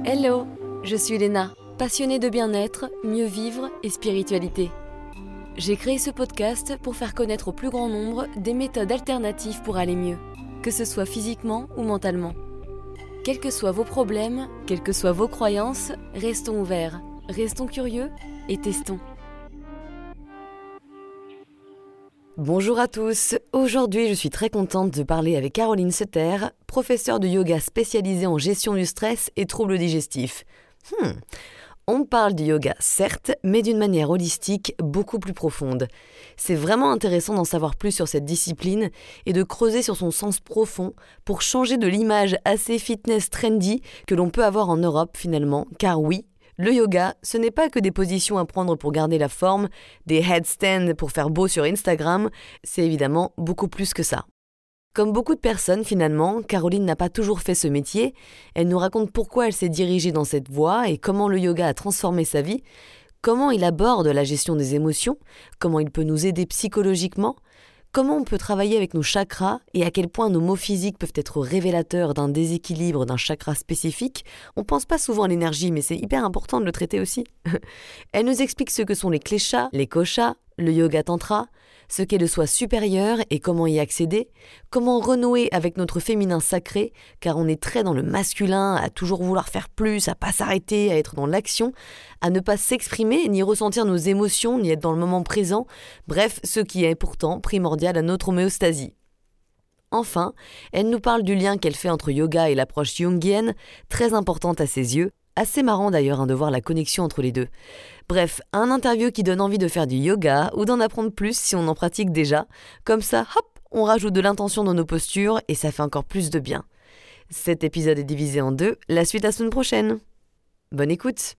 Hello, je suis Léna, passionnée de bien-être, mieux vivre et spiritualité. J'ai créé ce podcast pour faire connaître au plus grand nombre des méthodes alternatives pour aller mieux, que ce soit physiquement ou mentalement. Quels que soient vos problèmes, quelles que soient vos croyances, restons ouverts, restons curieux et testons. Bonjour à tous, aujourd'hui je suis très contente de parler avec Caroline Sutter, professeure de yoga spécialisée en gestion du stress et troubles digestifs. On parle du yoga certes, mais d'une manière holistique, beaucoup plus profonde. C'est vraiment intéressant d'en savoir plus sur cette discipline et de creuser sur son sens profond pour changer de l'image assez fitness trendy que l'on peut avoir en Europe finalement, car oui, le yoga, ce n'est pas que des positions à prendre pour garder la forme, des headstands pour faire beau sur Instagram, c'est évidemment beaucoup plus que ça. Comme beaucoup de personnes finalement, Caroline n'a pas toujours fait ce métier, elle nous raconte pourquoi elle s'est dirigée dans cette voie et comment le yoga a transformé sa vie, comment il aborde la gestion des émotions, comment il peut nous aider psychologiquement, comment on peut travailler avec nos chakras et à quel point nos mots physiques peuvent être révélateurs d'un déséquilibre d'un chakra spécifique. On pense pas souvent à l'énergie, mais c'est hyper important de le traiter aussi. Elle nous explique ce que sont les kleshas, les koshas, le yoga tantra, ce qu'est le soi supérieur et comment y accéder, comment renouer avec notre féminin sacré, car on est très dans le masculin, à toujours vouloir faire plus, à pas s'arrêter, à être dans l'action, à ne pas s'exprimer, ni ressentir nos émotions, ni être dans le moment présent, bref, ce qui est pourtant primordial à notre homéostasie. Enfin, elle nous parle du lien qu'elle fait entre yoga et l'approche jungienne, très importante à ses yeux. Assez marrant d'ailleurs de voir la connexion entre les deux. Bref, un interview qui donne envie de faire du yoga ou d'en apprendre plus si on en pratique déjà. Comme ça, hop, on rajoute de l'intention dans nos postures et ça fait encore plus de bien. Cet épisode est divisé en deux, la suite la semaine prochaine. Bonne écoute.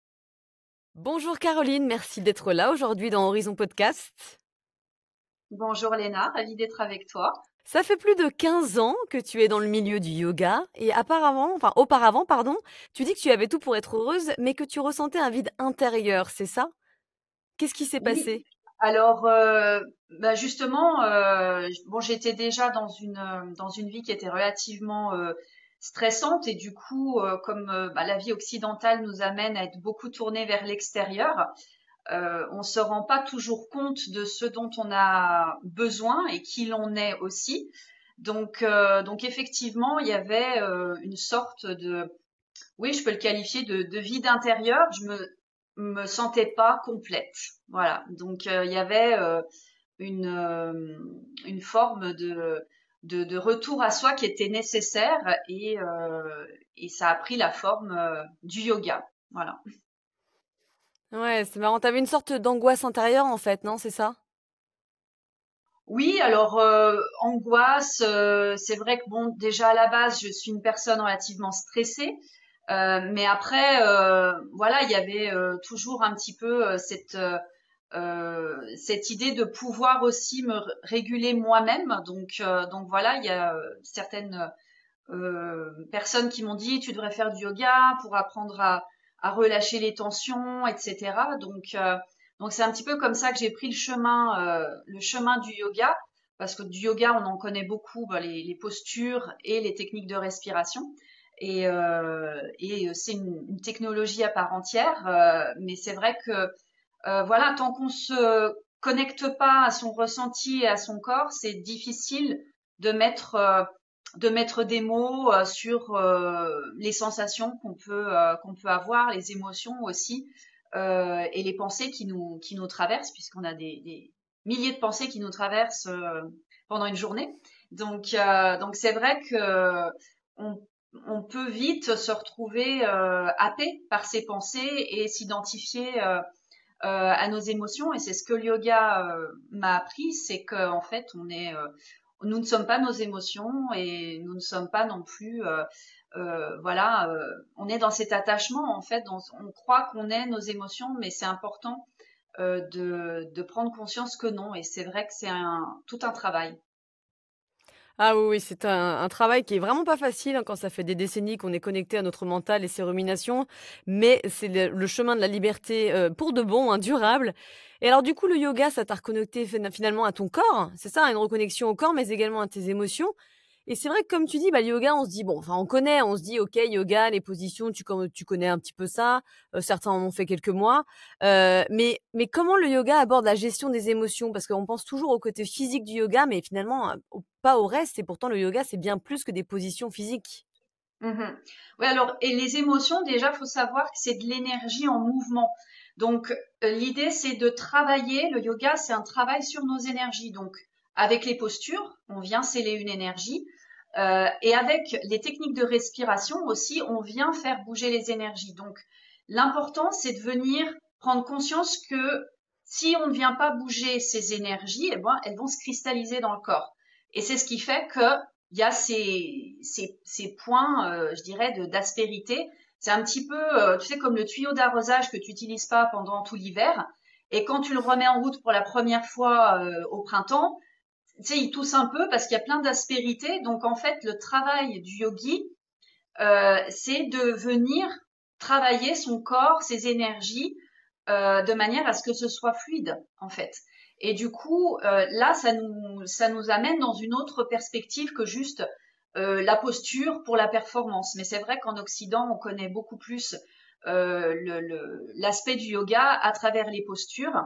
Bonjour Caroline, merci d'être là aujourd'hui dans Horizon Podcast. Bonjour Léna, ravie d'être avec toi. Ça fait plus de 15 ans que tu es dans le milieu du yoga et auparavant, tu dis que tu avais tout pour être heureuse, mais que tu ressentais un vide intérieur, c'est ça? Qu'est-ce qui s'est Oui, passé? alors justement, j'étais déjà dans une vie qui était relativement stressante et du coup, comme la vie occidentale nous amène à être beaucoup tournés vers l'extérieur, on se rend pas toujours compte de ce dont on a besoin et qui l'on est aussi. Donc effectivement, il y avait une sorte de, oui, je peux le qualifier de vide intérieur. Je me sentais pas complète. Voilà. Donc il y avait une euh, une forme de retour à soi qui était nécessaire et ça a pris la forme du yoga. Voilà. Ouais, c'est marrant, t'avais une sorte d'angoisse intérieure en fait, non, c'est ça? Oui, alors angoisse, c'est vrai que bon, déjà à la base, je suis une personne relativement stressée, mais après, voilà, il y avait toujours un petit peu cette idée de pouvoir aussi me réguler moi-même. Donc voilà, il y a certaines personnes qui m'ont dit, tu devrais faire du yoga pour apprendre à relâcher les tensions, etc. Donc c'est un petit peu comme ça que j'ai pris le chemin du yoga, parce que du yoga, on en connaît beaucoup, les postures et les techniques de respiration. Et c'est une technologie à part entière, mais c'est vrai que voilà, tant qu'on se connecte pas à son ressenti et à son corps, c'est difficile de mettre des mots sur les sensations qu'on peut avoir, les émotions aussi, et les pensées qui nous traversent, puisqu'on a des milliers de pensées qui nous traversent pendant une journée. Donc c'est vrai que on, on peut vite se retrouver happé par ces pensées et s'identifier à nos émotions. Et c'est ce que le yoga m'a appris, c'est qu'en fait, nous ne sommes pas nos émotions et nous ne sommes pas non plus, voilà, on est dans cet attachement en fait, on croit qu'on est nos émotions, mais c'est important de prendre conscience que non. Et c'est vrai que c'est tout un travail. Ah oui, oui, c'est un travail qui est vraiment pas facile, hein, quand ça fait des décennies qu'on est connecté à notre mental et ses ruminations, mais c'est le chemin de la liberté, pour de bon, hein, durable. Et alors du coup, le yoga, ça t'a reconnecté finalement à ton corps, c'est ça? À une reconnexion au corps, mais également à tes émotions. Et c'est vrai que comme tu dis, le yoga, on se dit, bon, enfin, on se dit, ok, yoga, les positions, tu connais un petit peu ça. Certains en ont fait quelques mois. Mais comment le yoga aborde la gestion des émotions? Parce qu'on pense toujours au côté physique du yoga, mais finalement, pas au reste. Et pourtant, le yoga, c'est bien plus que des positions physiques. Mhm. Oui, alors, et les émotions, déjà, faut savoir que c'est de l'énergie en mouvement. Donc, l'idée, c'est de travailler. Le yoga, c'est un travail sur nos énergies. Donc, avec les postures, on vient sceller une énergie. Et avec les techniques de respiration aussi, on vient faire bouger les énergies. Donc, l'important, c'est de venir prendre conscience que si on ne vient pas bouger ces énergies, eh ben, elles vont se cristalliser dans le corps. Et c'est ce qui fait que il y a ces points, je dirais, d'aspérité. C'est un petit peu, tu sais, comme le tuyau d'arrosage que tu n'utilises pas pendant tout l'hiver. Et quand tu le remets en route pour la première fois au printemps, tu sais, il tousse un peu parce qu'il y a plein d'aspérité. Donc, en fait, le travail du yogi, c'est de venir travailler son corps, ses énergies, de manière à ce que ce soit fluide, en fait. Et du coup, là, ça nous amène dans une autre perspective que juste la posture pour la performance. Mais c'est vrai qu'en Occident, on connaît beaucoup plus l'aspect du yoga à travers les postures.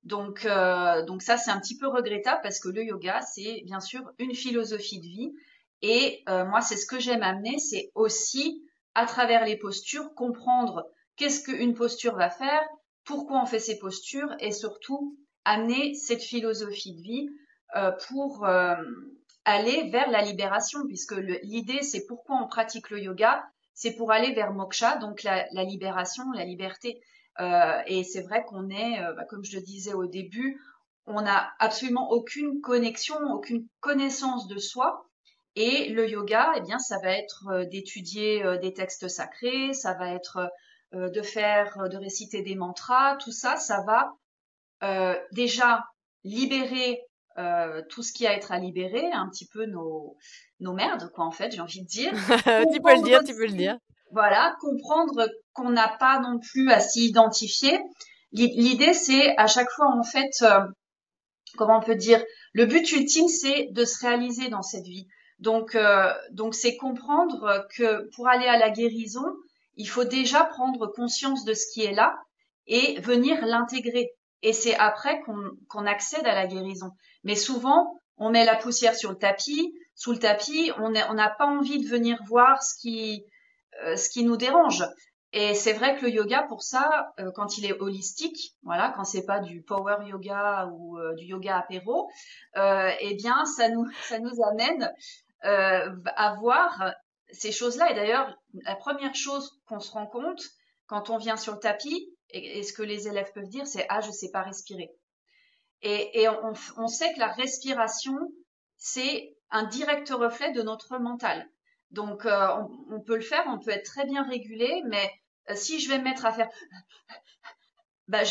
Donc ça, c'est un petit peu regrettable parce que le yoga, c'est bien sûr une philosophie de vie. Et moi, c'est ce que j'aime amener, c'est aussi à travers les postures comprendre qu'est-ce qu'une posture va faire, pourquoi on fait ces postures et surtout amener cette philosophie de vie pour aller vers la libération, puisque l'idée, c'est pourquoi on pratique le yoga, c'est pour aller vers moksha, donc la libération, la liberté. Et c'est vrai qu'on est, comme je le disais au début, on n'a absolument aucune connexion, aucune connaissance de soi. Et le yoga, eh bien, ça va être d'étudier des textes sacrés, ça va être de réciter des mantras, tout ça, ça va déjà libérer tout ce qui a à être à libérer, un petit peu nos merdes, quoi, en fait, j'ai envie de dire. Tu peux le Comprendre dire, tu peux le aussi, dire. voilà, comprendre qu'on n'a pas non plus à s'y identifier. L'idée, c'est à chaque fois, en fait, comment on peut dire, le but ultime, c'est de se réaliser dans cette vie. Donc c'est comprendre que pour aller à la guérison, il faut déjà prendre conscience de ce qui est là et venir l'intégrer. Et c'est après qu'on accède à la guérison. Mais souvent, on met la poussière sur le tapis, sous le tapis, on n'a pas envie de venir voir ce qui nous dérange. Et c'est vrai que le yoga, pour ça, quand il est holistique, voilà, quand c'est pas du power yoga ou du yoga apéro, eh bien, ça nous amène à voir ces choses-là. Et d'ailleurs, la première chose qu'on se rend compte quand on vient sur le tapis, et ce que les élèves peuvent dire, c'est ah, je sais pas respirer. Et on sait que la respiration, c'est un direct reflet de notre mental. Donc, on peut le faire, on peut être très bien régulé, mais si je vais me mettre à faire, bah,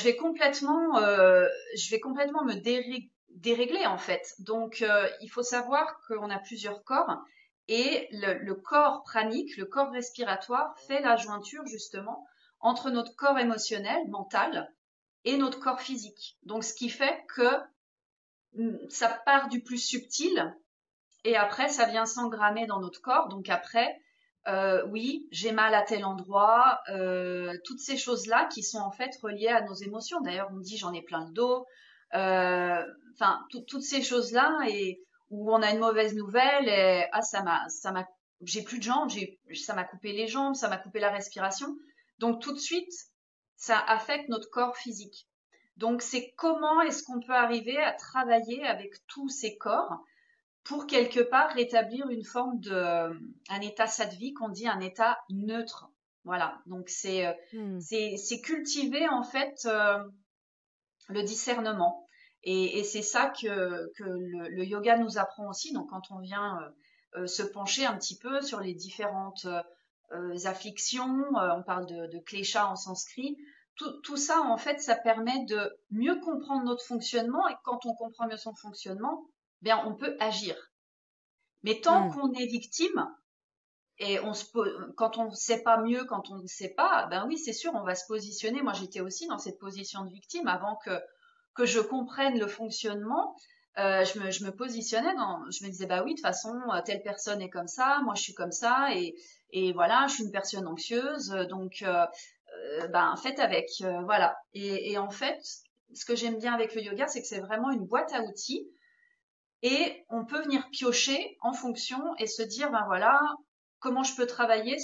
je vais complètement me dérégler en fait. Donc, il faut savoir qu'on a plusieurs corps et le corps pranique, le corps respiratoire, fait la jointure justement entre notre corps émotionnel, mental, et notre corps physique. Donc, ce qui fait que ça part du plus subtil et après ça vient s'engrammer dans notre corps. Donc après, oui, j'ai mal à tel endroit, toutes ces choses-là qui sont en fait reliées à nos émotions. D'ailleurs, on dit j'en ai plein le dos, enfin toutes ces choses-là et où on a une mauvaise nouvelle et ah j'ai plus de jambes, ça m'a coupé les jambes, ça m'a coupé la respiration. Donc tout de suite, ça affecte notre corps physique. Donc, c'est comment est-ce qu'on peut arriver à travailler avec tous ces corps pour quelque part rétablir une forme un état sattvique, qu'on dit un état neutre. Voilà. Donc, Hmm. c'est cultiver en fait le discernement. Et c'est ça que le yoga nous apprend aussi. Donc, quand on vient se pencher un petit peu sur les différentes afflictions, on parle de klesha en sanskrit. Tout ça, en fait, ça permet de mieux comprendre notre fonctionnement. Et quand on comprend mieux son fonctionnement, bien, on peut agir. Mais tant Hmm. qu'on est victime, et quand on ne sait pas mieux, quand on ne sait pas, ben oui, c'est sûr, on va se positionner. Moi, j'étais aussi dans cette position de victime avant que je comprenne le fonctionnement. je me positionnais je me disais, bah oui, de toute façon, telle personne est comme ça, moi je suis comme ça, et voilà, je suis une personne anxieuse, donc ben faites avec, voilà. Et en fait, ce que j'aime bien avec le yoga, c'est que c'est vraiment une boîte à outils, et on peut venir piocher en fonction et se dire, ben voilà, comment je peux travailler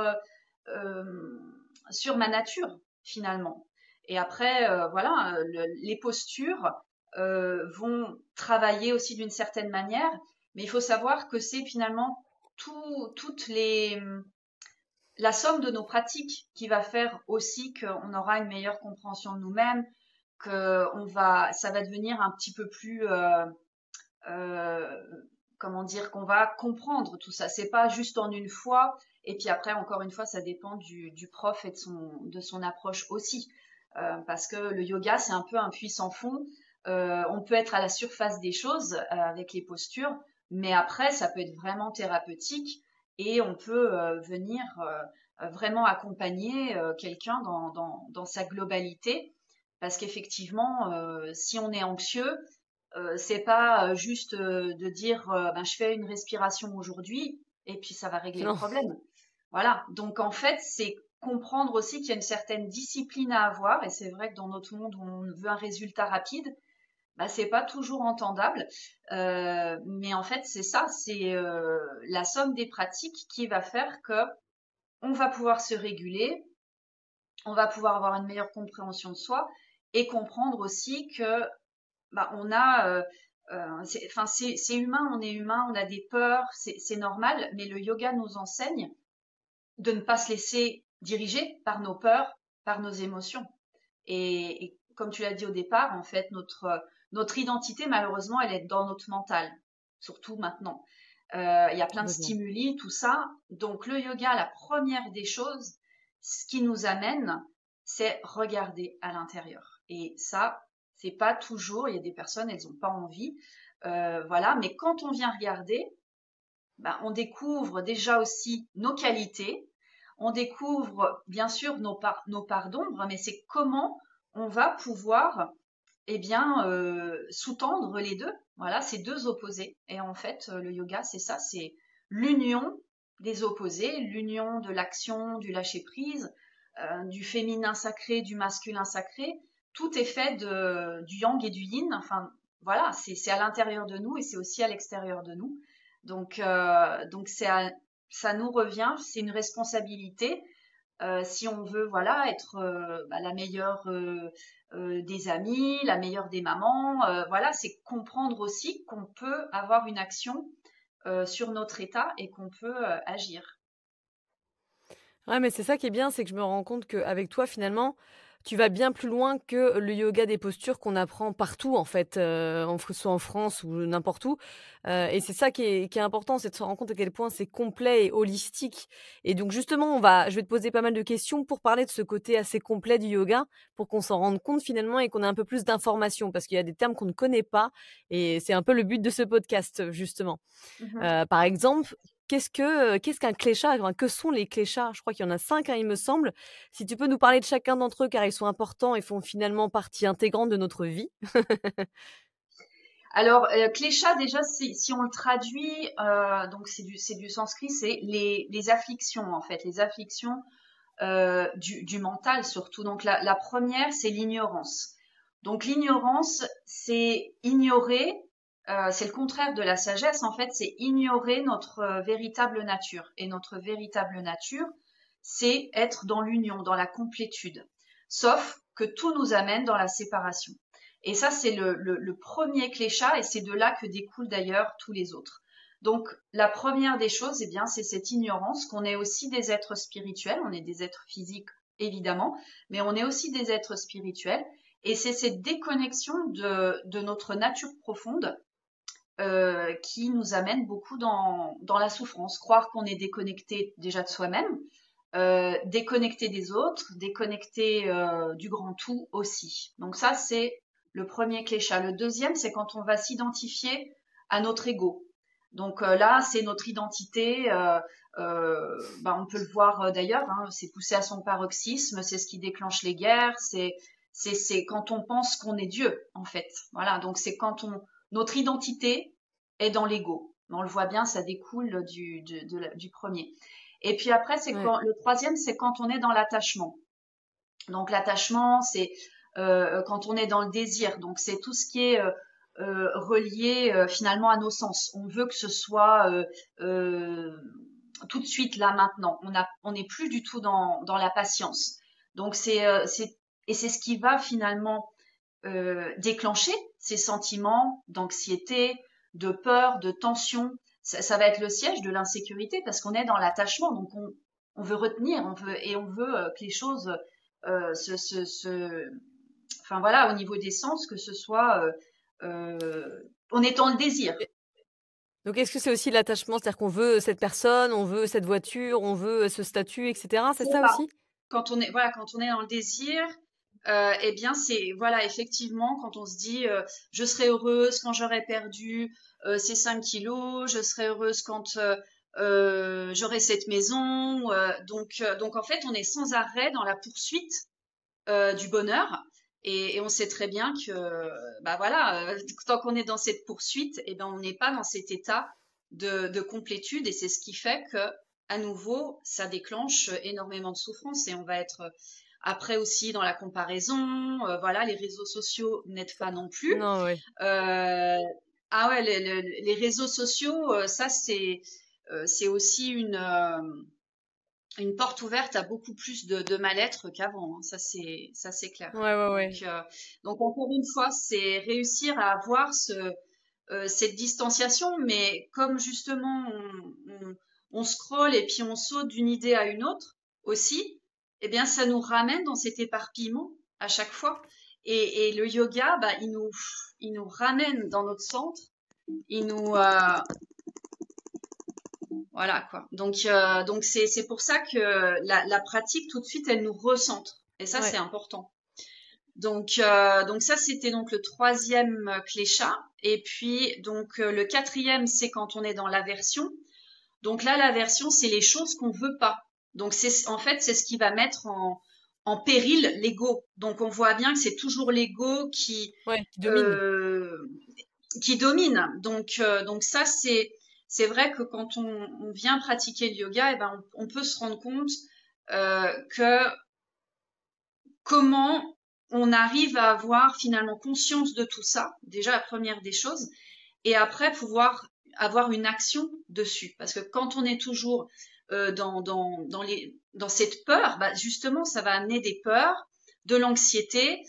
euh, sur ma nature finalement. Et après, voilà, les postures vont travailler aussi d'une certaine manière, mais il faut savoir que c'est finalement toutes la somme de nos pratiques qui va faire aussi qu'on aura une meilleure compréhension de nous-mêmes, ça va devenir un petit peu plus euh, comment dire, qu'on va comprendre tout ça. C'est pas juste en une fois. Et puis après, encore une fois, ça dépend du prof et de son approche aussi. Parce que le yoga, c'est un peu un puits sans fond. On peut être à la surface des choses avec les postures, mais après, ça peut être vraiment thérapeutique et on peut venir vraiment accompagner quelqu'un dans sa globalité. Parce qu'effectivement, si on est anxieux, c'est pas juste de dire ben, je fais une respiration aujourd'hui et puis ça va régler le Non. problème. Voilà. Donc en fait, c'est comprendre aussi qu'il y a une certaine discipline à avoir, et c'est vrai que dans notre monde où on veut un résultat rapide, bah, c'est pas toujours entendable. Mais en fait, c'est ça, c'est la somme des pratiques qui va faire que on va pouvoir se réguler, on va pouvoir avoir une meilleure compréhension de soi et comprendre aussi que bah, enfin, c'est humain, on est humain, on a des peurs, c'est normal, mais le yoga nous enseigne de ne pas se laisser diriger par nos peurs, par nos émotions. Et comme tu l'as dit au départ, en fait, notre identité, malheureusement, elle est dans notre mental, surtout maintenant. Il y a plein de Complètement. stimuli, tout ça. Donc le yoga, la première des choses, ce qui nous amène, c'est regarder à l'intérieur. Et ça, c'est pas toujours. Il y a des personnes, elles n'ont pas envie, voilà. Mais quand on vient regarder, ben, on découvre déjà aussi nos qualités. On découvre bien sûr nos parts d'ombre, mais c'est comment on va pouvoir eh bien, sous-tendre les deux. Voilà, c'est deux opposés. Et en fait, le yoga, c'est ça, c'est l'union des opposés, l'union de l'action, du lâcher-prise, du féminin sacré, du masculin sacré. Tout est fait du yang et du yin. Enfin, voilà, c'est à l'intérieur de nous et c'est aussi à l'extérieur de nous. Donc ça nous revient, c'est une responsabilité si on veut voilà être bah, la meilleure des amies, la meilleure des mamans, voilà, c'est comprendre aussi qu'on peut avoir une action sur notre état et qu'on peut agir. Ouais, mais c'est ça qui est bien, c'est que je me rends compte qu'avec toi, finalement, tu vas bien plus loin que le yoga des postures qu'on apprend partout, en fait, soit en France ou n'importe où. Et c'est ça qui est important, c'est de se rendre compte à quel point c'est complet et holistique. Et donc, justement, je vais te poser pas mal de questions pour parler de ce côté assez complet du yoga, pour qu'on s'en rende compte finalement et qu'on ait un peu plus d'informations, parce qu'il y a des termes qu'on ne connaît pas. Et c'est un peu le but de ce podcast, justement. Mhm. Par exemple, qu'est-ce qu'un cléchat? Enfin, que sont les cléchats? Je crois qu'il y en a 5, hein, il me semble. Si tu peux nous parler de chacun d'entre eux, car ils sont importants et font finalement partie intégrante de notre vie. Alors, klesha, déjà, si on le traduit, donc c'est du sanskrit, c'est les afflictions, en fait, les afflictions du mental surtout. Donc, la première, c'est l'ignorance. Donc, l'ignorance, c'est ignorer, c'est le contraire de la sagesse, en fait, c'est ignorer notre véritable nature. Et notre véritable nature, c'est être dans l'union, dans la complétude. Sauf que tout nous amène dans la séparation. Et ça, c'est le premier cléchat, et c'est de là que découlent d'ailleurs tous les autres. Donc, la première des choses, eh bien, c'est cette ignorance qu'on est aussi des êtres spirituels. On est des êtres physiques, évidemment, mais on est aussi des êtres spirituels. Et c'est cette déconnexion de notre nature profonde qui nous amène beaucoup dans la souffrance. Croire qu'on est déconnecté déjà de soi-même, déconnecté des autres, déconnecté du grand tout aussi. Donc ça, c'est le premier cléchat. Le deuxième, c'est quand on va s'identifier à notre ego. Donc là, c'est notre identité. Bah, on peut le voir d'ailleurs. Hein, c'est poussé à son paroxysme. C'est ce qui déclenche les guerres. C'est quand on pense qu'on est Dieu, en fait. Voilà. Donc c'est quand notre identité est dans l'ego. On le voit bien, ça découle du premier. Et puis après, Ouais. le troisième, c'est quand on est dans l'attachement. Donc l'attachement, c'est quand on est dans le désir. Donc c'est tout ce qui est relié finalement à nos sens. On veut que ce soit tout de suite là maintenant. On n'est plus du tout dans la patience. Donc et c'est ce qui va finalement déclencher ces sentiments d'anxiété, de peur, de tension. Ça va être le siège de l'insécurité parce qu'on est dans l'attachement. Donc on veut retenir, on veut que les choses enfin voilà, au niveau des sens, que ce soit on est dans le désir. Et donc est-ce que c'est aussi l'attachement? C'est-à-dire qu'on veut cette personne, on veut cette voiture, on veut ce statut et cetera, c'est C'est ça ça. aussi? Quand on est dans le désir, eh bien c'est voilà effectivement quand on se dit je serai heureuse quand j'aurai perdu ces 5 kilos, je serai heureuse quand j'aurai cette maison. Donc en fait on est sans arrêt dans la poursuite du bonheur et on sait très bien que bah voilà tant qu'on est dans cette poursuite, eh ben on n'est pas dans cet état de complétude et c'est ce qui fait que à nouveau ça déclenche énormément de souffrance et on va être après aussi dans la comparaison, voilà, les réseaux sociaux n'aident pas non plus. Non, ouais. Ah ouais, les réseaux sociaux, ça c'est aussi une porte ouverte à beaucoup plus de mal-être qu'avant, hein. Ça c'est clair. Ouais, ouais, Donc ouais. donc encore une fois, c'est réussir à avoir cette distanciation, mais comme justement on scrolle et puis on saute d'une idée à une autre aussi, eh bien ça nous ramène dans cet éparpillement à chaque fois. Et le yoga, bah, il nous ramène dans notre centre, il nous, voilà quoi. Donc c'est pour ça que la pratique tout de suite elle nous recentre et ça c'est Ouais. important. Donc ça c'était donc le troisième clécha et puis donc le quatrième c'est quand on est dans l'aversion. Donc là l'aversion c'est les choses qu'on veut pas. Donc c'est en fait c'est ce qui va mettre en péril l'ego. Donc on voit bien que c'est toujours l'ego Ouais, qui domine. euh, qui domine. Donc ça, c'est vrai que quand on vient pratiquer le yoga, eh ben, on peut se rendre compte que comment on arrive à avoir finalement conscience de tout ça, déjà la première des choses, et après pouvoir avoir une action dessus. Parce que quand on est toujours dans cette peur, bah, justement, ça va amener des peurs, de l'anxiété,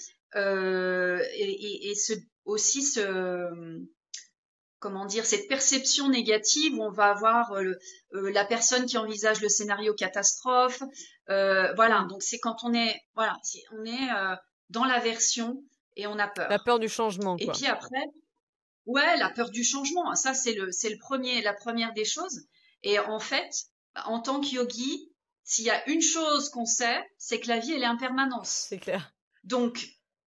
et aussi comment dire, cette perception négative où on va avoir la personne qui envisage le scénario catastrophe. Voilà, Mmh. donc c'est quand on est, voilà, on est dans l'aversion et on a La peur. peur du changement, Et quoi. puis après, ouais, la peur du changement, ça la première des choses. Et en fait, en tant que yogi, s'il y a une chose qu'on sait, c'est que la vie, elle est impermanence. C'est clair. Donc,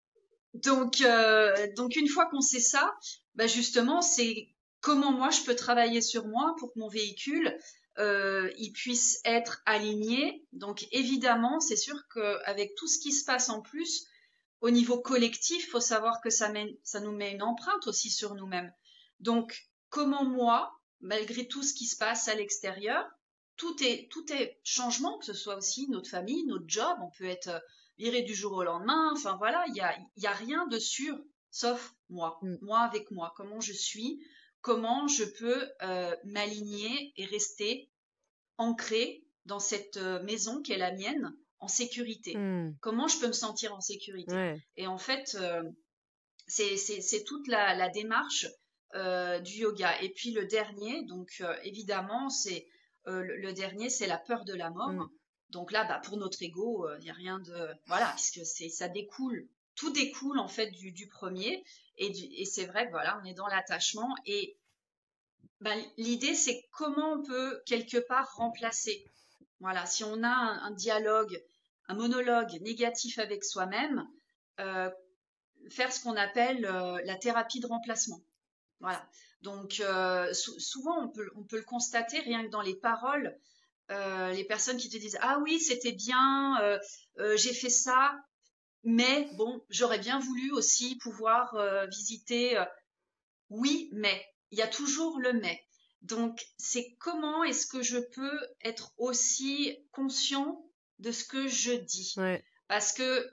donc une fois qu'on sait ça, bah justement, c'est comment moi je peux travailler sur moi pour que mon véhicule il puisse être aligné. Donc évidemment, c'est sûr qu'avec tout ce qui se passe en plus au niveau collectif, faut savoir que ça nous met une empreinte aussi sur nous-mêmes. Donc comment moi, malgré tout ce qui se passe à l'extérieur, tout est changement, que ce soit aussi notre famille, notre job, on peut être viré du jour au lendemain. Enfin voilà, il y a rien de sûr sauf moi, Mmh. moi avec moi, comment je suis, comment je peux m'aligner et rester ancrée dans cette maison qui est la mienne en sécurité. Mmh. Comment je peux me sentir en sécurité? Ouais. Et en fait, c'est toute la démarche du yoga. Et puis le dernier, donc évidemment, c'est le dernier, c'est la peur de la Mmh. mort. Donc là, bah, pour notre ego, il n'y a rien de voilà, puisque ça découle, tout découle en fait du premier. Et c'est vrai que voilà, on est dans l'attachement. Et bah, l'idée, c'est comment on peut quelque part remplacer. Voilà, si on a un dialogue, un monologue négatif avec soi-même, euh, faire ce qu'on appelle la thérapie de remplacement. Voilà. Donc souvent on peut le constater rien que dans les paroles, les personnes qui te disent ah oui c'était bien, j'ai fait ça, mais bon j'aurais bien voulu aussi pouvoir visiter. oui, mais. Il y a toujours le mais. Donc, c'est comment est-ce que je peux être aussi conscient de ce que je dis. Ouais. Parce que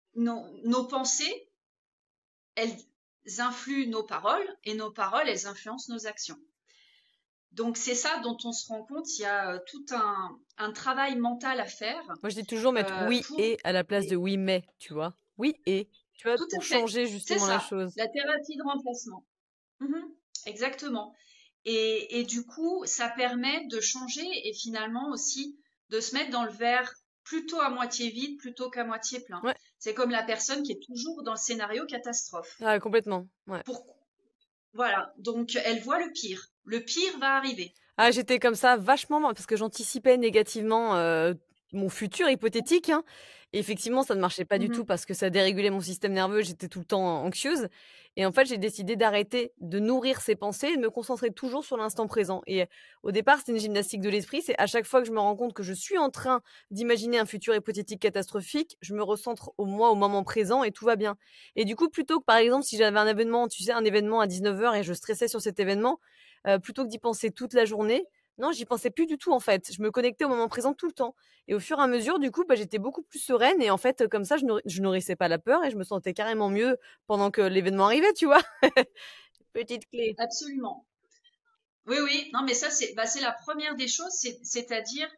nos pensées, elles influent nos paroles et nos paroles, elles influencent nos actions. Donc, c'est ça dont on se rend compte. Il y a tout un travail mental à faire Moi, je dis toujours mettre oui pour... et à la place de oui mais, tu vois. Oui et, tu vois, Tout pour à fait. changer C'est justement la ça, chose. la thérapie de remplacement. Mhm, exactement. Et du coup, ça permet de changer et finalement aussi de se mettre dans le verre plutôt à moitié vide plutôt qu'à moitié plein. Ouais, C'est comme la personne qui est toujours dans le scénario catastrophe. ah, complètement. Ouais. Pour... Voilà, donc elle voit le pire. Le pire va arriver. Ah, j'étais comme ça vachement parce que j'anticipais négativement, mon futur hypothétique, hein, et effectivement, ça ne marchait pas du tout Mhm. parce que ça dérégulait mon système nerveux, j'étais tout le temps anxieuse et en fait, j'ai décidé d'arrêter de nourrir ces pensées et de me concentrer toujours sur l'instant présent et au départ, c'était une gymnastique de l'esprit, c'est à chaque fois que je me rends compte que je suis en train d'imaginer un futur hypothétique catastrophique, je me recentre au moment présent et tout va bien et du coup, plutôt que, par exemple, si j'avais un événement, tu sais, un événement à 19h et je stressais sur cet événement, plutôt que d'y penser toute la journée, non, j'y pensais plus du tout en fait. Je me connectais au moment présent tout le temps et au fur et à mesure, du coup, bah, j'étais beaucoup plus sereine et en fait, comme ça, je nourrissais pas la peur et je me sentais carrément mieux pendant que l'événement arrivait, tu vois? Petite clé. Absolument. Oui, oui. Non, mais ça, c'est la première des choses, c'est-à-dire,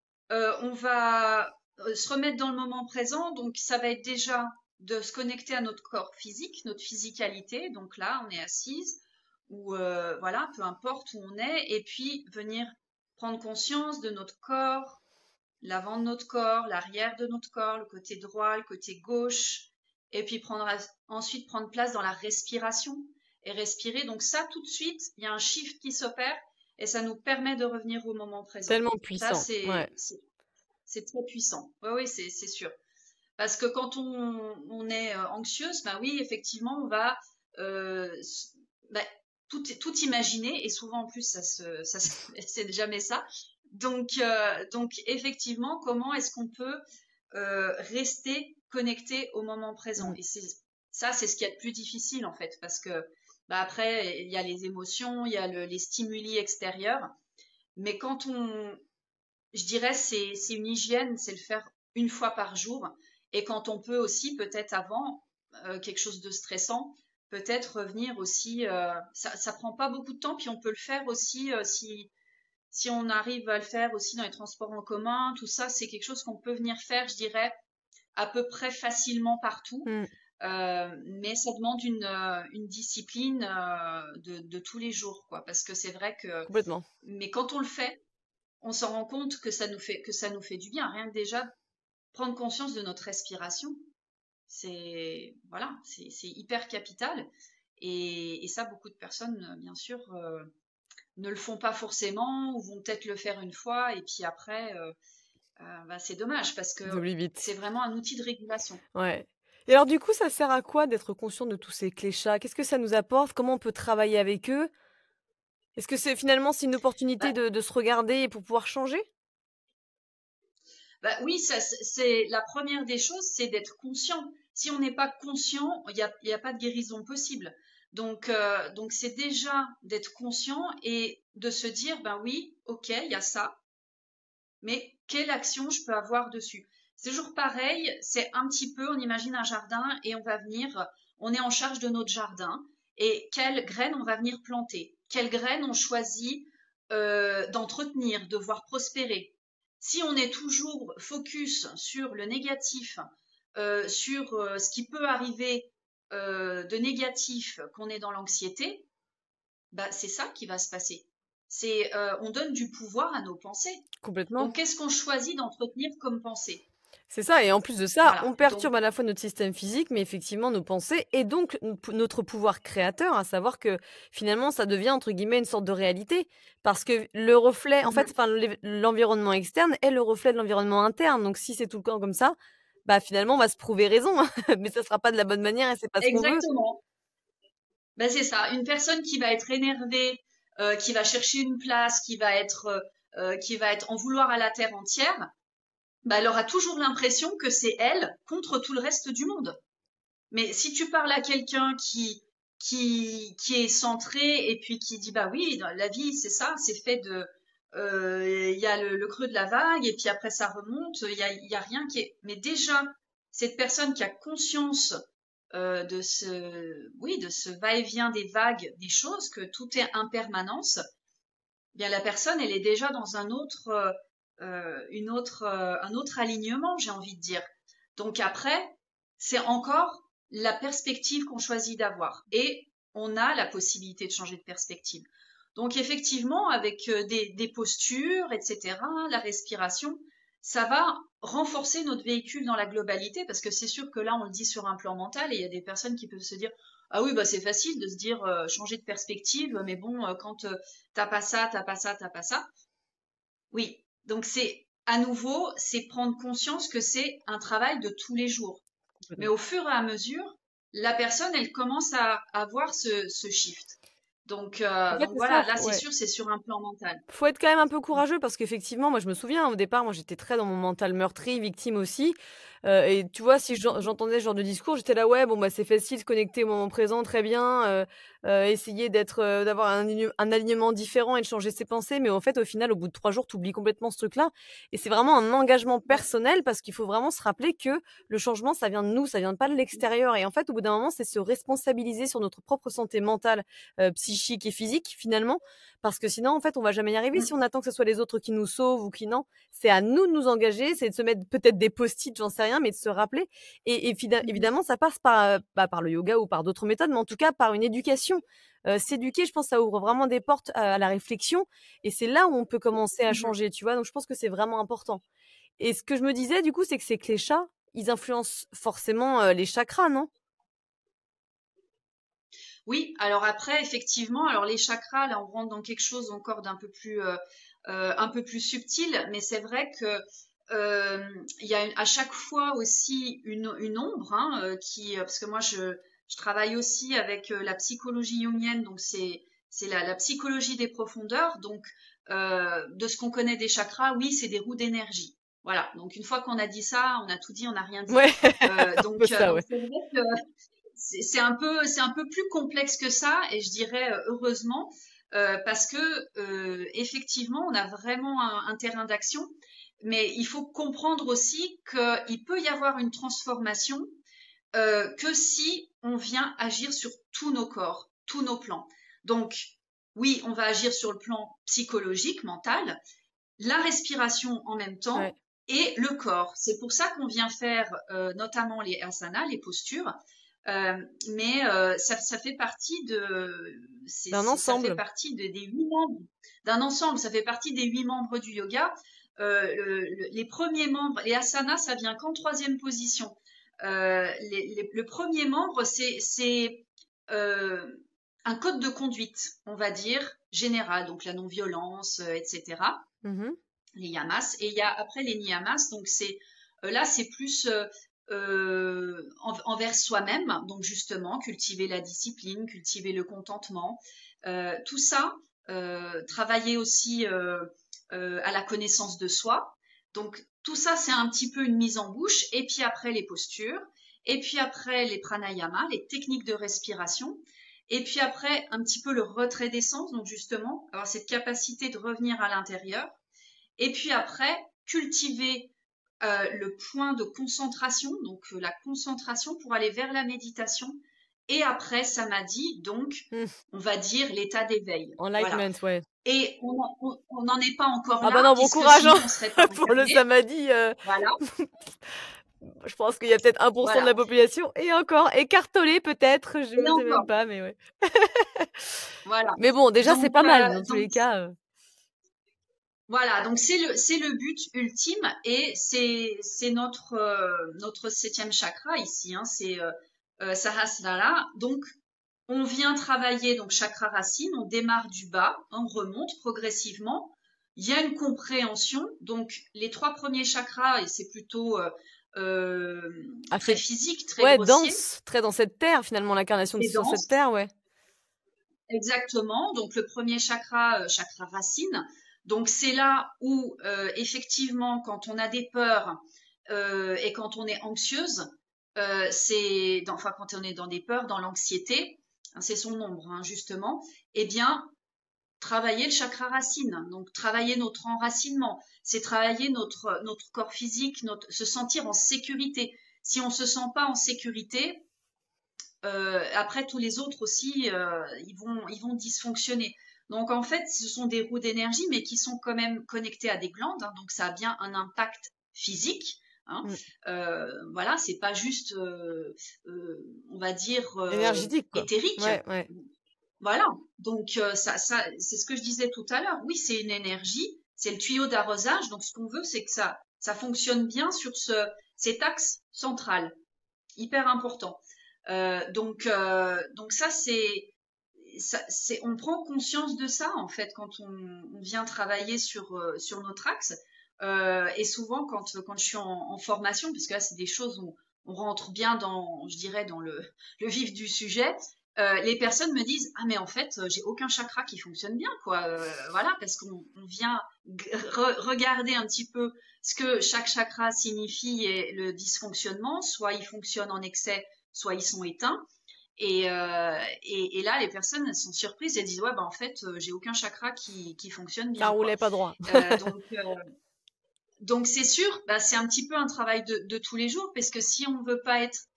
on va se remettre dans le moment présent. Donc, ça va être déjà de se connecter à notre corps physique, notre physicalité. Donc là, on est assise ou voilà, peu importe où on est, et puis venir prendre conscience de notre corps, l'avant de notre corps, l'arrière de notre corps, le côté droit, le côté gauche, et puis ensuite prendre place dans la respiration et respirer. Donc ça, tout de suite, il y a un shift qui s'opère et ça nous permet de revenir au moment présent. Tellement Ça, puissant. Ouais. c'est très puissant. Oui, oui, c'est sûr. Parce que quand on est anxieuse, ben oui, effectivement, on va euh, ben, tout imaginer et souvent en plus, c'est jamais ça. Donc effectivement, comment est-ce qu'on peut rester connecté au moment présent? Mmh. Et ça, c'est ce qu'il y a de plus difficile en fait, parce que bah, après, il y a les émotions, il y a les stimuli extérieurs, mais je dirais, c'est une hygiène, c'est le faire une fois par jour. Et quand on peut aussi, peut-être avant quelque chose de stressant, peut-être revenir aussi. Ça prend pas beaucoup de temps, puis on peut le faire aussi si on arrive à le faire aussi dans les transports en commun. Tout ça, c'est quelque chose qu'on peut venir faire, je dirais, à peu près facilement partout. Mmh. Mais ça demande une discipline de tous les jours, quoi. Parce que c'est vrai que, Complètement. mais quand on le fait, on s'en rend compte que ça nous fait du bien. Rien que déjà prendre conscience de notre respiration, c'est voilà, c'est hyper capital. Et ça, beaucoup de personnes, bien sûr, ne le font pas forcément ou vont peut-être le faire une fois et puis après, bah, c'est dommage parce que J'oublie c'est vite. vraiment un outil de régulation. Ouais. Et alors du coup, ça sert à quoi d'être conscient de tous ces clés-chats? Qu'est-ce que ça nous apporte? Comment on peut travailler avec eux? Est-ce que c'est une opportunité Bah, de se regarder pour pouvoir changer? bah oui, ça, c'est la première des choses, c'est d'être conscient. Si on n'est pas conscient, il y a pas de guérison possible. Donc c'est déjà d'être conscient et de se dire, ben oui, ok, il y a ça, mais quelle action je peux avoir dessus? C'est toujours pareil, c'est un petit peu, on imagine un jardin et on va venir, on est en charge de notre jardin et quelles graines on va venir planter? Quelles graines on choisit d'entretenir, de voir prospérer? Si on est toujours focus sur le négatif, sur ce qui peut arriver de négatif, qu'on est dans l'anxiété, bah, c'est ça qui va se passer. On donne du pouvoir à nos pensées. Complètement. Donc, qu'est-ce qu'on choisit d'entretenir comme pensée? C'est ça et en plus de ça, Voilà. on Donc, perturbe à la fois notre système physique, mais effectivement nos pensées et donc notre pouvoir créateur, à savoir que finalement ça devient entre guillemets «une sorte de réalité». Parce que le reflet en fait, mhm, enfin l'environnement externe est le reflet de l'environnement interne. Donc si c'est tout le temps comme ça, bah finalement on va se prouver raison, mais ça sera pas de la bonne manière et c'est pas ce qu'on veut. exactement. Ben, c'est ça. Une personne qui va être énervée, qui va chercher une place, qui va être en vouloir à la terre entière, ben, elle aura toujours l'impression que c'est elle contre tout le reste du monde. Mais si tu parles à quelqu'un qui est centré et puis qui dit bah oui, la vie c'est ça, c'est fait de il y a le creux de la vague et puis après ça remonte, il y a rien qui est. Mais déjà cette personne qui a conscience de ce va-et-vient des vagues, des choses, que tout est impermanence, eh bien la personne elle est déjà dans un autre alignement, j'ai envie de dire. Donc après, c'est encore la perspective qu'on choisit d'avoir. Et on a la possibilité de changer de perspective. Donc effectivement, avec des postures, etc., la respiration, ça va renforcer notre véhicule dans la globalité, parce que c'est sûr que là, on le dit sur un plan mental, et il y a des personnes qui peuvent se dire, ah oui, bah c'est facile de se dire changer de perspective, mais bon, quand t'as pas ça, t'as pas ça, t'as pas ça. Oui, donc c'est à nouveau, c'est prendre conscience que c'est un travail de tous les jours. Mais au fur et à mesure, la personne, elle commence à avoir ce shift. En fait, Donc c'est ça, voilà, là c'est ouais. sûr, c'est sur un plan mental. Faut être quand même un peu Mm. courageux parce qu'effectivement, moi, je me souviens, au départ, moi, j'étais très dans mon mental meurtri, victime aussi. Et tu vois, si j'entendais ce genre de discours, j'étais là: «Ouais, bon, bah, c'est facile, se connecter au moment présent, très bien, essayer d'avoir un alignement différent et de changer ses pensées». Mais en fait, au final, au bout de 3 jours, tu oublies complètement ce truc-là et c'est vraiment un engagement Ouais. personnel parce qu'il faut vraiment se rappeler que le changement, ça vient de nous, ça vient pas de l'extérieur et en fait, au bout d'un moment, c'est se responsabiliser sur notre propre santé mentale, psychique et physique, finalement, parce que sinon, en fait, on va jamais y arriver si Mm. on attend que ce soit les autres qui nous sauvent ou qui non. C'est à nous de nous engager, c'est de se mettre peut-être des post-it, j'en sais rien, mais de se rappeler. Et Mhm. évidemment, ça passe par le yoga ou par d'autres méthodes, mais en tout cas par une éducation. S'éduquer, je pense, ça ouvre vraiment des portes à la réflexion. Et c'est là où on peut commencer à Mhm. changer, tu vois. Donc, je pense que c'est vraiment important. Et ce que je me disais, du coup, c'est que les chats, ils influencent forcément les chakras, non? Oui, alors après, effectivement, alors les chakras, là, on rentre dans quelque chose encore un peu plus subtil, mais c'est vrai que il y a à chaque fois aussi une ombre, hein, parce que moi, je travaille aussi avec la psychologie jungienne, donc c'est la psychologie des profondeurs. Donc, de ce qu'on connaît des chakras, oui, c'est des roues d'énergie. Voilà. Donc, une fois qu'on a dit ça, on a tout dit, on n'a rien dit. Ouais, un peu ça, Donc ouais. c'est vrai que c'est un peu plus complexe que ça, et je dirais heureusement, parce que effectivement, on a vraiment un terrain d'action, mais il faut comprendre aussi qu'il peut y avoir une transformation que si on vient agir sur tous nos corps, tous nos plans. Donc, oui, on va agir sur le plan psychologique, mental, la respiration en même Ouais. temps et le corps. C'est pour ça qu'on vient faire notamment les asanas, les postures, mais ça fait partie D'un ça fait ensemble. partie des 8 membres d'un ensemble. Ça fait partie des 8 membres du yoga. Les premiers membres, les asanas, ça vient qu'en troisième position. Le premier membre, c'est un code de conduite, on va dire, général, donc la non-violence, etc. Mhm. Les yamas. Et il y a après les niyamas, donc là, c'est plus envers soi-même, donc justement, cultiver la discipline, cultiver le contentement, tout ça, travailler aussi à la connaissance de soi. Donc tout ça, c'est un petit peu une mise en bouche, et puis après les postures, et puis après les pranayamas, les techniques de respiration, et puis après un petit peu le retrait des sens, donc justement, avoir cette capacité de revenir à l'intérieur, et puis après, cultiver le point de concentration, donc la concentration pour aller vers la méditation. Et après, ça m'a dit, donc, Mm. on va dire l'état d'éveil. Voilà. Enlightenment, ouais. Et on n'en est pas encore Ah là, bah non, bon puisque courage, sinon hein, on serait pas pour le incarné. samadhi. Voilà, Je pense qu'il y a peut-être 1% de voilà. la population et encore écartolé peut-être, je Et ne sais même encore, pas, mais ouais. voilà. Mais bon, déjà c'est Donc, pas mal dans tous les cas. voilà, donc c'est le but ultime, et c'est notre septième chakra ici, hein, c'est Sahasrara. Donc on vient travailler donc chakra racine, on démarre du bas, on remonte progressivement. Il y a une compréhension, donc les 3 premiers chakras, et c'est plutôt très Assez, physique, très ouais, grossier, dense, très dans cette terre finalement, l'incarnation c'est sur cette dense. terre, ouais. Exactement. Donc le premier chakra, chakra racine. Donc c'est là où effectivement, quand on a des peurs et quand on est anxieuse, enfin quand on est dans des peurs, dans l'anxiété, c'est son ombre, justement, eh bien, travailler le chakra racine, donc travailler notre enracinement, c'est travailler notre corps physique, se sentir en sécurité. Si on se sent pas en sécurité, après tous les autres aussi, ils vont dysfonctionner. Donc en fait, ce sont des roues d'énergie, mais qui sont quand même connectées à des glandes, donc ça a bien un impact physique. Voilà, c'est pas juste, on va dire, énergétique, quoi. éthérique. Ouais. Voilà, donc ça, c'est ce que je disais tout à l'heure. Oui, c'est une énergie, c'est le tuyau d'arrosage. Donc ce qu'on veut, c'est que ça fonctionne bien sur cet axe central, hyper important. Donc ça, on prend conscience de ça en fait quand on vient travailler sur notre axe. Et souvent quand je suis en formation, parce que là c'est des choses où on rentre bien dans, je dirais, dans le vif du sujet. Les personnes me disent mais en fait j'ai aucun chakra qui fonctionne bien, quoi. Voilà, parce qu'on vient regarder un petit peu ce que chaque chakra signifie et le dysfonctionnement. Soit ils fonctionnent en excès, soit ils sont éteints. Et là, les personnes elles sont surprises, elles disent ouais, en fait, j'ai aucun chakra qui fonctionne bien. Ça roulait pas droit. Donc c'est sûr, c'est un petit peu un travail de tous les jours, parce que si on veut pas être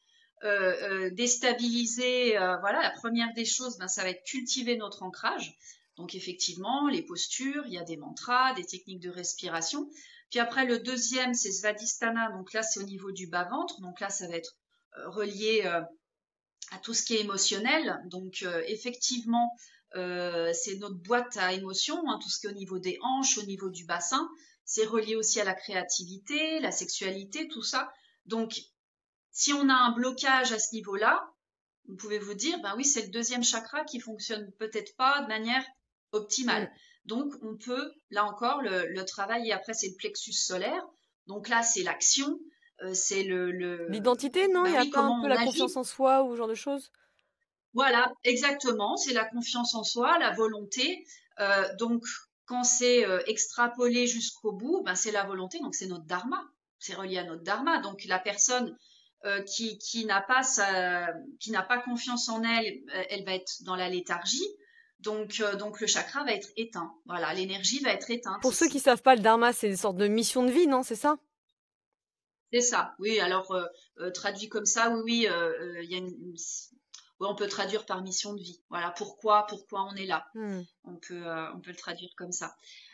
déstabilisé, voilà, la première des choses, ça va être cultiver notre ancrage. Donc effectivement, les postures, il y a des mantras, des techniques de respiration. Puis après, le deuxième, c'est Svadhisthana. Donc là, c'est au niveau du bas-ventre. Donc là, ça va être relié à tout ce qui est émotionnel. Donc effectivement, c'est notre boîte à émotions, tout ce qui est au niveau des hanches, au niveau du bassin. C'est relié aussi à la créativité, la sexualité, tout ça. Donc, si on a un blocage à ce niveau-là, vous pouvez vous dire, oui, c'est le deuxième chakra qui fonctionne peut-être pas de manière optimale. Donc, on peut, là encore, le travailler. Après, c'est le plexus solaire. Donc là, c'est l'action, c'est l'identité, non? Il y a pas un peu la confiance en soi ou ce genre de choses? Voilà, exactement. C'est la confiance en soi, la volonté. Donc, quand c'est extrapolé jusqu'au bout, c'est la volonté. Donc, c'est notre dharma. C'est relié à notre dharma. Donc, la personne qui n'a pas confiance en elle, elle va être dans la léthargie. Donc le chakra va être éteint. Voilà, l'énergie va être éteinte. Pour ceux qui savent pas, le dharma, c'est une sorte de mission de vie, non? C'est ça? C'est ça. Oui, alors traduit comme ça, oui, il y a on peut traduire par mission de vie. Voilà, pourquoi on est là. On peut le traduire comme ça.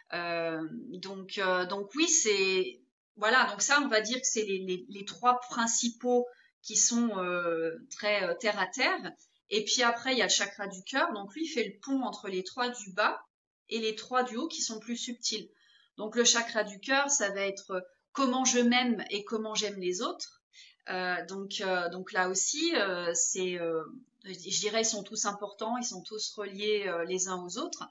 Donc oui, c'est voilà. Donc ça, on va dire que c'est les trois principaux qui sont très terre à terre. Et puis après, il y a le chakra du cœur. Donc lui, il fait le pont entre les trois du bas et les trois du haut qui sont plus subtils. Donc le chakra du cœur, ça va être comment je m'aime et comment j'aime les autres. Donc là aussi, je dirais, ils sont tous importants, ils sont tous reliés les uns aux autres.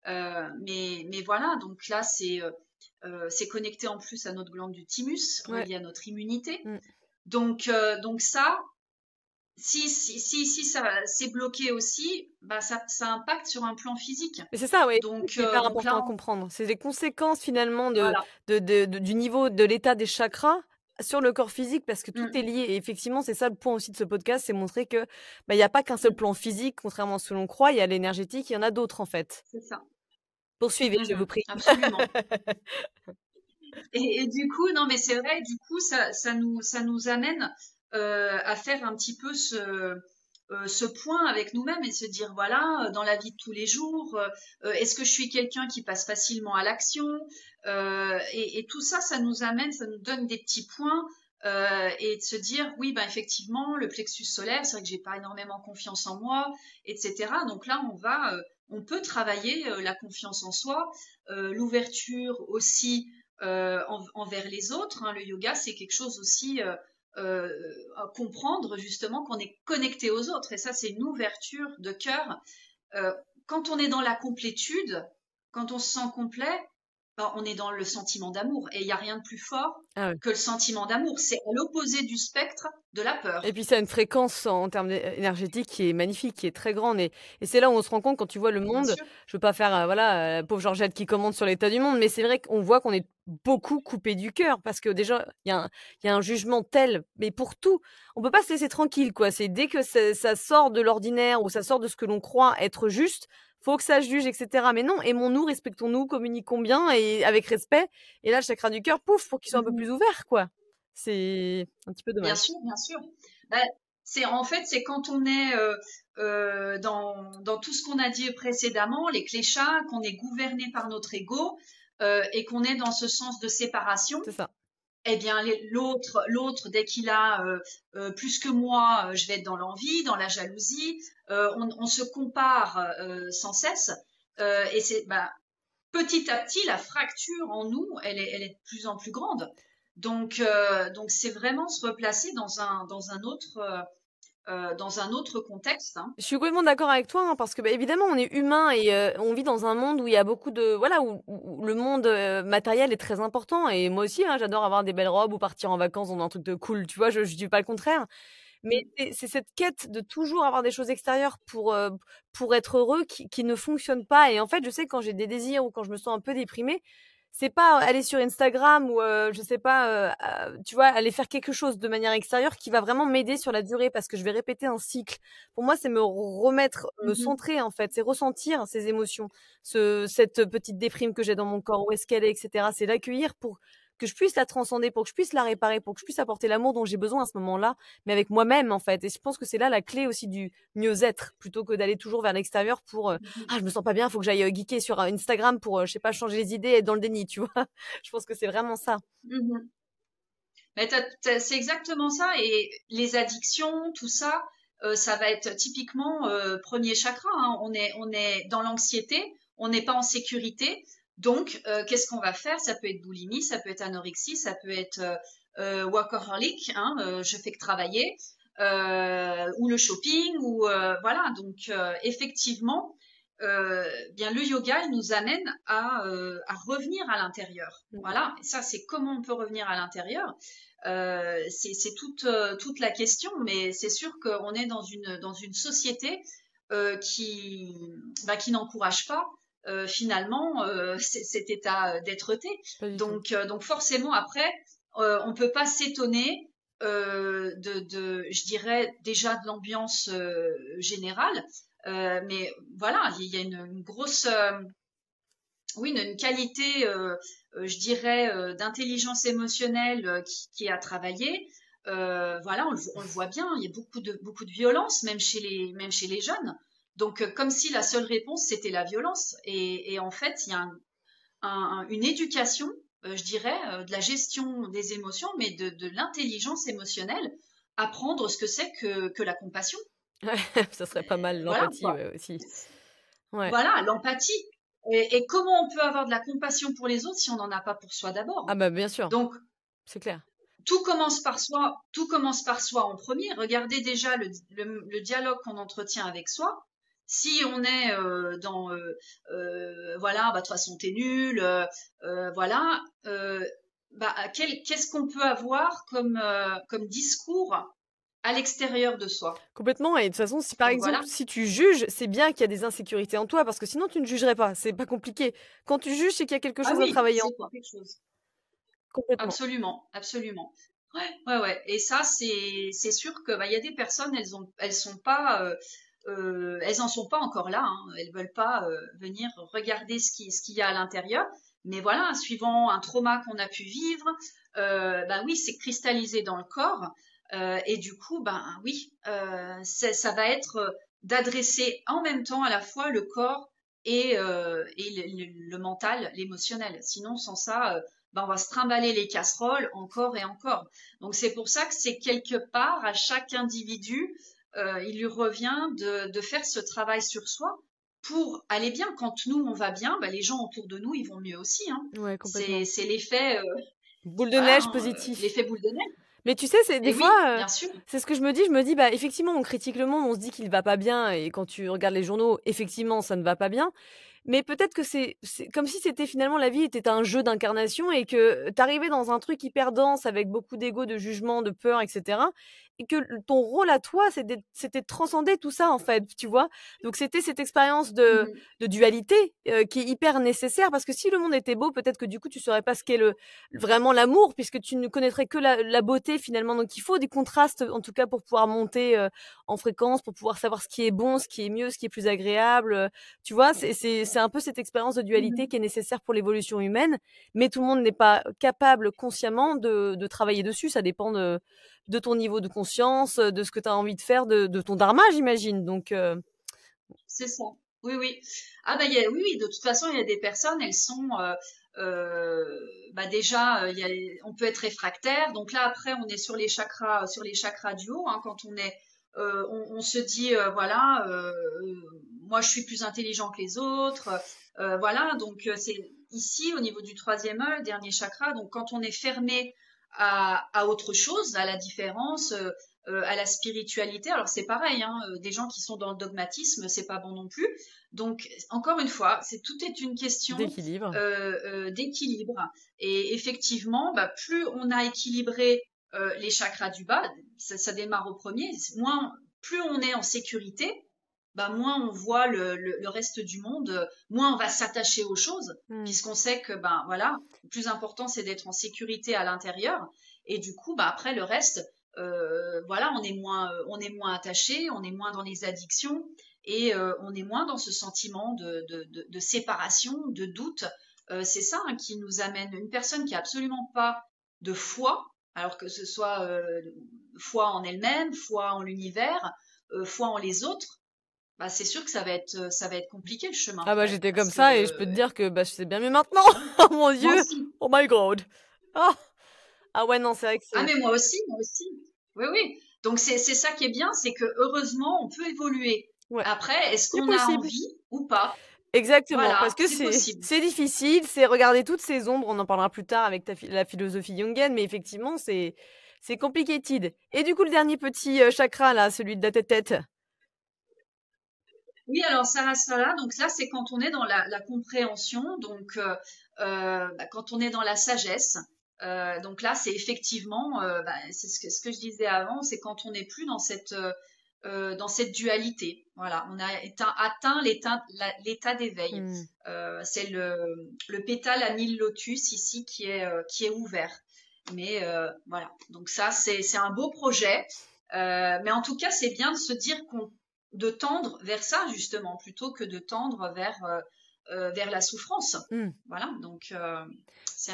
Mais voilà, donc là, c'est connecté en plus à notre glande du thymus, relié à notre immunité. Donc ça, si ça c'est bloqué aussi, ça impacte sur un plan physique. Mais c'est ça, oui. Donc C'est hyper important à comprendre. C'est les conséquences finalement du niveau de l'état des chakras sur le corps physique, parce que tout est lié. Et effectivement, c'est ça le point aussi de ce podcast, c'est montrer que il y a pas qu'un seul plan physique, contrairement à ce que l'on croit. Il y a l'énergétique, il y en a d'autres en fait. C'est ça. Poursuivez, je vous prie. Absolument. Et du coup, non, mais c'est vrai, du coup, ça nous amène à faire un petit peu ce point avec nous-mêmes et se dire, voilà, dans la vie de tous les jours, est-ce que je suis quelqu'un qui passe facilement à l'action, et tout ça, ça nous amène, ça nous donne des petits points, et de se dire, oui, effectivement, le plexus solaire, c'est vrai que j'ai pas énormément confiance en moi, etc. Donc là, on peut travailler la confiance en soi, l'ouverture aussi envers les autres. Le yoga, c'est quelque chose aussi à comprendre justement qu'on est connecté aux autres. Et ça, c'est une ouverture de cœur. Quand on est dans la complétude, quand on se sent complet, on est dans le sentiment d'amour. Et il n'y a rien de plus fort Ah ouais. que le sentiment d'amour. C'est à l'opposé du spectre de la Et peur. puis ça a une fréquence en termes énergétiques qui est magnifique, qui est très grande et c'est là où on se rend compte quand tu vois le Bien monde, sûr. je veux pas faire, la pauvre Georgette qui commente sur l'état du monde, mais c'est vrai qu'on voit qu'on est beaucoup coupé du cœur parce que déjà il y a un jugement tel, mais pour tout. On peut pas se laisser tranquille quoi, c'est dès que ça sort de l'ordinaire ou ça sort de ce que l'on croit être juste, faut que ça juge et cetera. Mais non, aimons-nous, respectons-nous, communiquons bien et avec respect et là le chakra du cœur, pouf, pour qu'il soit un peu Mhm. plus ouvert quoi. C'est un petit peu Bien dommage. sûr, bien sûr. Bah, en fait, c'est quand on est dans tout ce qu'on a dit précédemment, les cléchats, qu'on est gouverné par notre ego et qu'on est dans ce sens de séparation. C'est ça. Eh bien, l'autre, dès qu'il a plus que moi, je vais être dans l'envie, dans la jalousie. On se compare sans cesse, et c'est petit à petit la fracture en nous, elle est de plus en plus grande. Donc c'est vraiment se replacer dans un autre contexte, hein. Je suis complètement d'accord avec toi, hein, parce que, évidemment, on est humain et on vit dans un monde où il y a beaucoup de voilà, où le monde, matériel est très important et moi aussi, hein, j'adore avoir des belles robes ou partir en vacances dans un truc de cool, tu vois? Je dis pas le contraire, mais c'est cette quête de toujours avoir des choses extérieures pour être heureux qui ne fonctionne pas et en fait, je sais que quand j'ai des désirs ou quand je me sens un peu déprimée, c'est pas aller sur Instagram ou je sais pas, tu vois, aller faire quelque chose de manière extérieure qui va vraiment m'aider sur la durée parce que je vais répéter un cycle. Pour moi, c'est me remettre, me Mhm. centrer en fait, c'est ressentir ces émotions, cette petite déprime que j'ai dans mon corps, où est-ce qu'elle est, et cetera. C'est l'accueillir pour que je puisse la transcender, pour que je puisse la réparer, pour que je puisse apporter l'amour dont j'ai besoin à ce moment-là, mais avec moi-même en fait. Et je pense que c'est là la clé aussi du mieux-être, plutôt que d'aller toujours vers l'extérieur pour Mhm. ah je me sens pas bien, faut que j'aille geeker sur Instagram pour je sais pas changer les idées et être dans le déni, tu vois. Je pense que c'est vraiment ça. Mhm. Mais c'est exactement ça. Et les addictions, tout ça, ça va être typiquement premier chakra, hein. On est dans l'anxiété, on n'est pas en sécurité. Donc, qu'est-ce qu'on va faire? Ça peut être boulimie, ça peut être anorexie, ça peut être workaholic, hein, je fais que travailler, ou le shopping, ou voilà. Donc, effectivement, bien le yoga, il nous amène à revenir à l'intérieur. Mmh. Voilà. Et ça, c'est comment on peut revenir à l'intérieur. C'est toute la question, mais c'est sûr qu'on est dans une société qui n'encourage pas finalement cet état d'être-té. Pas du tout. Donc forcément après, on peut pas s'étonner je dirais déjà de l'ambiance générale, mais voilà, il y a une grosse oui, une qualité, je dirais, d'intelligence émotionnelle qui est à travailler. Voilà, on le voit bien, il y a beaucoup de violence, même chez les jeunes. Donc, comme si la seule réponse, c'était la violence. Et en fait, il y a une éducation, je dirais, de la gestion des émotions, mais de l'intelligence émotionnelle, apprendre ce que c'est que la compassion. Ouais, ça serait pas mal Voilà, l'empathie, quoi. ouais, aussi. Ouais. Voilà, l'empathie. Et comment on peut avoir de la compassion pour les autres si on n'en a pas pour soi Ah d'abord? bah, bien sûr, Donc, c'est clair. tout commence par soi en premier. Regardez déjà le dialogue qu'on entretient avec soi. Si on est voilà, de toute façon t'es nul, voilà, qu'est-ce qu'on peut avoir comme discours à l'extérieur de soi? Complètement et de toute façon, si par Donc voilà. exemple, si tu juges, c'est bien qu'il y a des insécurités en toi parce que sinon tu ne jugerais pas, c'est pas compliqué. Quand tu juges, c'est qu'il y a quelque Ah chose à oui, travailler en c'est toi. quelque chose. Complètement. Absolument, absolument. Ouais, ouais, ouais. Et ça, c'est sûr que il y a des personnes, elles sont pas, elles en sont pas encore là, hein. Elles veulent pas venir regarder ce qu'il y a à l'intérieur. Mais voilà, suivant un trauma qu'on a pu vivre, oui, c'est cristallisé dans le corps. Et du coup, oui, ça va être d'adresser en même temps à la fois le corps et le mental, l'émotionnel. Sinon, sans ça, on va se trimballer les casseroles encore et encore. Donc c'est pour ça que c'est quelque part à chaque individu, il lui revient de faire ce travail sur soi pour aller bien. Quand nous on va bien, les gens autour de nous ils vont mieux aussi, hein. Ouais, complètement. C'est l'effet Boule de voilà, neige hein, positif. l'effet boule de neige. Mais tu sais, c'est des Et fois, oui, bien sûr. c'est ce que je me dis, bah, effectivement, on critique le monde, on se dit qu'il va pas bien et quand tu regardes les journaux, effectivement, ça ne va pas bien. mais peut-être que c'est comme si c'était finalement la vie était un jeu d'incarnation et que t'arrivais dans un truc hyper dense avec beaucoup d'ego, de jugement, de peur, etc. Et que ton rôle à toi, c'était de transcender tout ça, en fait, tu vois. Donc c'était cette expérience Mhm. de dualité qui est hyper nécessaire parce que si le monde était beau, peut-être que du coup tu saurais pas ce qu'est vraiment l'amour puisque tu ne connaîtrais que la beauté finalement. Donc il faut des contrastes en tout cas pour pouvoir monter en fréquence, pour pouvoir savoir ce qui est bon, ce qui est mieux, ce qui est plus agréable. Tu vois, c'est un peu cette expérience de dualité Mhm. qui est nécessaire pour l'évolution humaine, mais tout le monde n'est pas capable consciemment de travailler dessus. Ça dépend de ton niveau de conscience, de ce que tu as envie de faire, de ton dharma, j'imagine. Donc, C'est ça. Oui, oui. Ah bah oui, oui. De toute façon, il y a des personnes, elles sont bah déjà, on peut être réfractaire. Donc là, après, on est sur les chakras du haut. Hein, quand on se dit, voilà, moi, je suis plus intelligent que les autres. Voilà. Donc c'est ici au niveau du troisième œil, dernier chakra. Donc quand on est fermé à autre chose, à la différence. À la spiritualité. Alors c'est pareil, hein, des gens qui sont dans le dogmatisme, c'est pas bon non plus. Donc encore une fois, tout est une question d'équilibre. d'équilibre. Et effectivement, bah, plus on a équilibré les chakras du bas, ça démarre au premier, plus on est en sécurité, bah, moins on voit le reste du monde, moins on va s'attacher aux choses, puisqu'on sait que ben voilà, le plus important c'est d'être en sécurité à l'intérieur. Et du coup, bah, après le reste, voilà, on est moins attaché, on est moins dans les addictions et on est moins dans ce sentiment de séparation, de doute. C'est ça hein, qui nous amène une personne qui a absolument pas de foi, alors que ce soit foi en elle-même, foi en l'univers, foi en les autres. Bah, c'est sûr que ça va être compliqué le chemin Ah bah après, j'étais comme parce ça et je que peux te dire que bah, je sais bien mieux maintenant. voilà. Oh mon Moi Dieu. aussi. Oh my God. Ah, ah ouais, non, c'est vrai que Ah c'est... mais moi aussi, moi aussi. Oui, oui. Donc c'est ça qui est bien, c'est que heureusement on peut évoluer. Ouais, Après, est-ce c'est qu'on a possible. envie ou pas? Exactement, parce Voilà, que c'est c'est possible. c'est difficile, c'est regarder toutes ces ombres, on en parlera plus tard avec la philosophie jungienne, mais effectivement, c'est complicated. Et du coup, le dernier petit chakra, là, celui de la tête-tête. Oui, alors Sarasvara, donc ça c'est quand on est dans la compréhension, donc bah, quand on est dans la sagesse. Donc là, c'est effectivement, bah, c'est ce que je disais avant, c'est quand on n'est plus dans cette dualité. Voilà, on a atteint l'état d'éveil. Hmm. C'est le pétale à mille lotus ici qui est ouvert. Mais voilà, donc ça c'est un beau projet. Mais en tout cas, c'est bien de se dire de tendre vers ça justement plutôt que de tendre vers la souffrance. Hmm. Voilà, donc c'est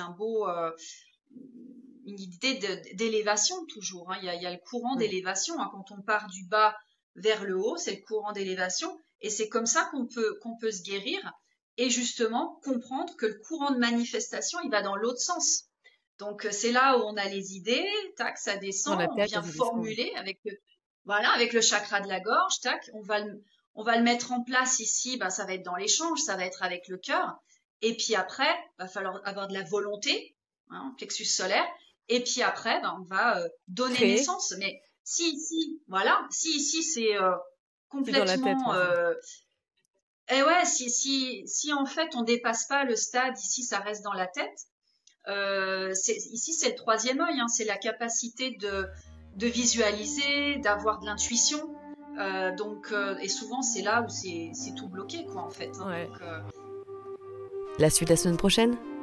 une idée d'élévation toujours. Hein. Il y a le courant Ouais. d'élévation. Hein. Quand on part du bas vers le haut, c'est le courant d'élévation. Et c'est comme ça qu'on peut se guérir et justement comprendre que le courant de manifestation, il va dans l'autre sens. Donc c'est là où on a les idées, tac, ça Dans descend, la on tête, vient ça descend. formuler voilà, avec le chakra de la gorge, tac, on va le mettre en place ici, bah, ça va être dans l'échange, ça va être avec le cœur. Et puis après, va falloir avoir de la volonté, hein, plexus solaire. Et puis après, bah, on va donner Créer, naissance. Mais voilà, si ici c'est c'est dans la tête, complètement, ouais, ça. et ouais, si en fait on dépasse pas le stade, ici ça reste dans la tête. Ici, c'est le troisième œil, hein, c'est la capacité de visualiser, d'avoir de l'intuition. Et souvent, c'est là où c'est tout bloqué, quoi, en fait. Hein, Ouais. donc, La suite la semaine prochaine.